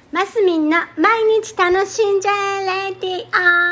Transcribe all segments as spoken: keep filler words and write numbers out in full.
マスミンの毎日楽しんじゃえレディオ。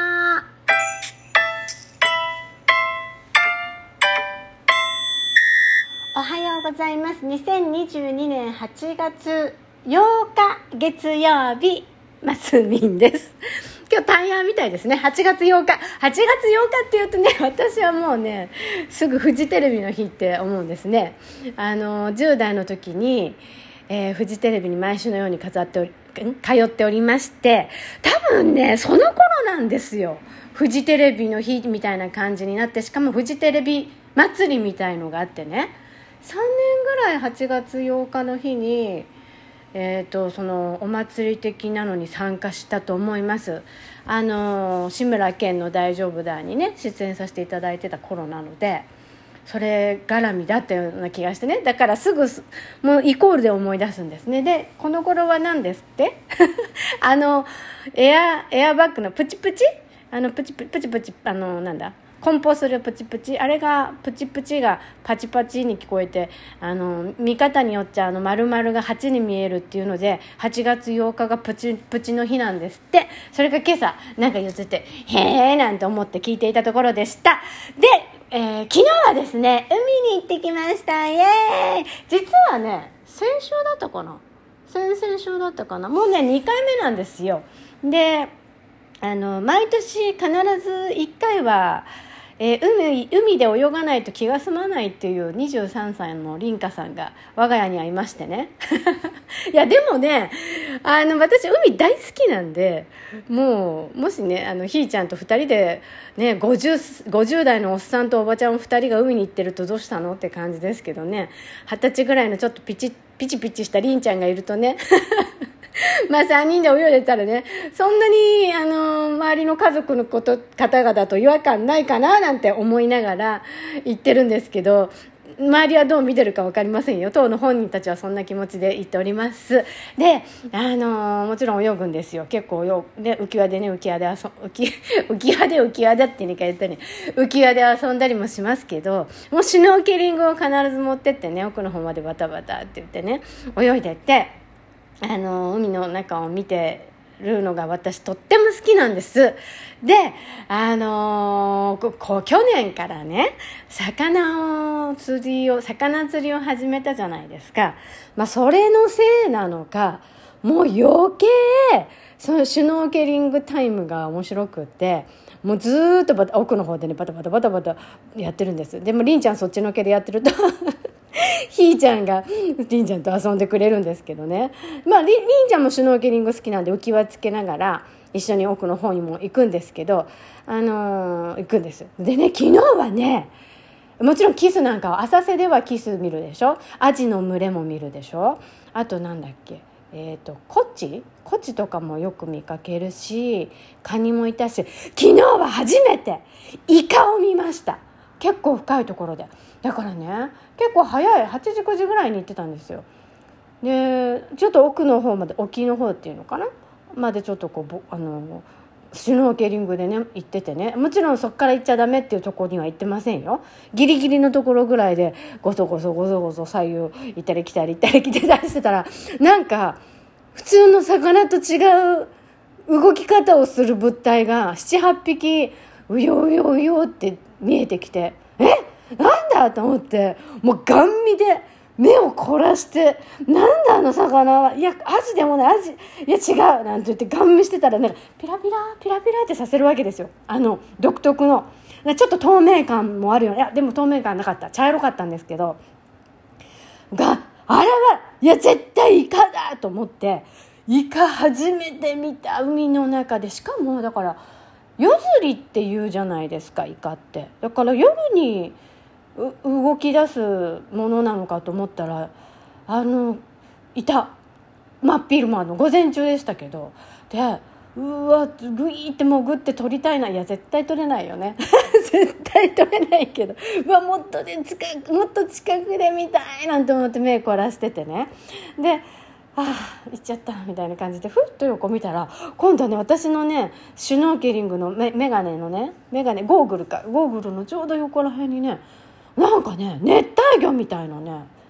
おはようございます。にせんにじゅうにねんはちがつようか月曜日、マスミンです。今日大安みたいですね。はちがつようかはちがつようかっていうとね、私はもうねすぐフジテレビの日って思うんですね。あのじゅう代の時に、えー、フジテレビに毎週のように飾っており通っておりまして、多分ねその頃なんですよ、フジテレビの日みたいな感じになって、しかもフジテレビ祭りみたいのがあってね、さんねんぐらいはちがつようかの日に、えー、とそのお祭り的なのに参加したと思います。あの志村けんの大丈夫だにね出演させていただいてた頃なので、それ絡みだったような気がしてね、だからすぐもうイコールで思い出すんですね。でこの頃は何ですってあのエアエアバッグのプチプチあのプチプチプチプチあのなんだ梱包するプチプチ、あれがプチプチがパチパチに聞こえて、あの見方によっちゃあの丸々がはちに見えるっていうので、はちがつようかがプチプチの日なんですって。それが今朝なんか言ってて、へーなんて思って聞いていたところでした。で、えー、昨日はですね海に行ってきました。イエーイ。実はね先週だったかな先々週だったかなもうねにかいめなんですよ。であの毎年必ずいっかいはえー、海, 海で泳がないと気が済まないっていうにじゅうさんさいの凛花さんが我が家にはいましてねいやでもねあの私海大好きなんで、もうもしねあのひーちゃんとふたりで、ね、ごじゅう, ごじゅう代のおっさんとおばちゃんふたりが海に行ってるとどうしたのって感じですけどね、はたちぐらいのちょっとピチピチピチした凛ちゃんがいるとねまあさんにんで泳いでたらね、そんなにあの周りの家族のこと方々と違和感ないかななんて思いながら言ってるんですけど、周りはどう見てるか分かりませんよ。当の本人たちはそんな気持ちで言っております。で、あのもちろん泳ぐんですよ。結構泳ぐで浮き輪でね浮き輪で遊浮き浮き輪で浮き輪だってにか言ったね浮き輪で遊んだりもしますけど、もうシュノーケリングを必ず持ってってね、奥の方までバタバタって言ってね泳いでって、あの海の中を見てるのが私とっても好きなんです。で、あのー、こう去年からね魚を釣りを魚釣りを始めたじゃないですか。まあそれのせいなのか、もう余計そのシュノーケリングタイムが面白くって、もうずーっとバタ奥の方でねバタバタバタバタやってるんです。でもりんちゃんそっちのけでやってるとひーちゃんがりんちゃんと遊んでくれるんですけどね、まありんちゃんもシュノーケリング好きなんで浮き輪つけながら一緒に奥の方にも行くんですけど、あのー、行くんです。でね昨日はねもちろんキスなんかは浅瀬ではキス見るでしょ、アジの群れも見るでしょ、あとなんだっけえーとコチコチとかもよく見かけるし、カニもいたし、昨日は初めてイカを見ました。結構深いところで、だからね結構早いはちじくじぐらいに行ってたんですよ。でちょっと奥の方まで沖の方っていうのかなまでちょっとこうあのシュノーケリングでね行っててね、もちろんそこから行っちゃダメっていうところには行ってませんよ。ギリギリのところぐらいでゴソゴソゴソゴソ左右行ったり来たり行ったり来たりしてたら、なんか普通の魚と違う動き方をする物体がななはっぴきうようようよって見えてきて、えなんだと思って、もうガン見で目を凝らして、なんだあの魚は、いやアジでもない、アジいや違うなんて言ってガン見してたら、なんかピラピラピラピラってさせるわけですよ。あの独特のちょっと透明感もあるよ。いやでも透明感なかった、茶色かったんですけど、があれはいや絶対イカだと思って、イカ初めて見た海の中で、しかもだから夜釣りっていうじゃないですかイカって。だから夜に動き出すものなのかと思ったら、あのいた真っ昼間の午前中でしたけど、でうわグイーって潜って撮りたいな、いや絶対撮れないよね絶対撮れないけど、うわもっとで近くもっと近くで見たいなんて思って目凝らしててね、でああ行っちゃったみたいな感じでふっと横見たら、今度はね私のねシュノーケリングのメメガネのねメガネゴーグルかゴーグルのちょうど横ら辺にね、なんかね熱帯魚みたいなね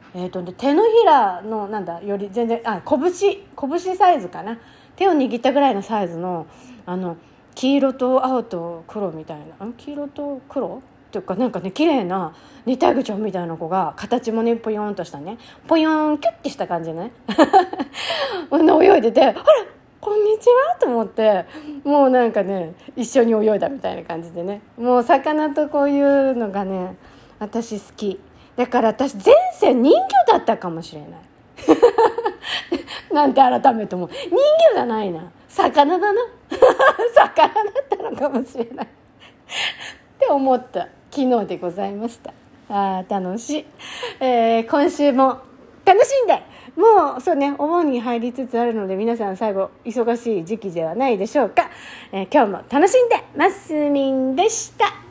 えーとね、手のひらのなんだより全然あ拳拳サイズかな、手を握ったぐらいのサイズのあの黄色と青と黒みたいな、あ黄色と黒っていうかなんかね綺麗な熱帯魚ちゃんみたいな子が、形もねポヨンとしたね、ポヨンキュッてした感じね泳いでて、あらこんにちはと思って、もうなんかね一緒に泳いだみたいな感じでね、もう魚とこういうのがね私好きだから、私前世人魚だったかもしれないなんて改めて思う、人魚じゃないな、魚だな魚だったのかもしれないって思った昨日でございました。あー楽しい、えー、今週も楽しんで、もうそうねお盆に入りつつあるので、皆さん最後忙しい時期ではないでしょうか、えー、今日も楽しんでますみんでした。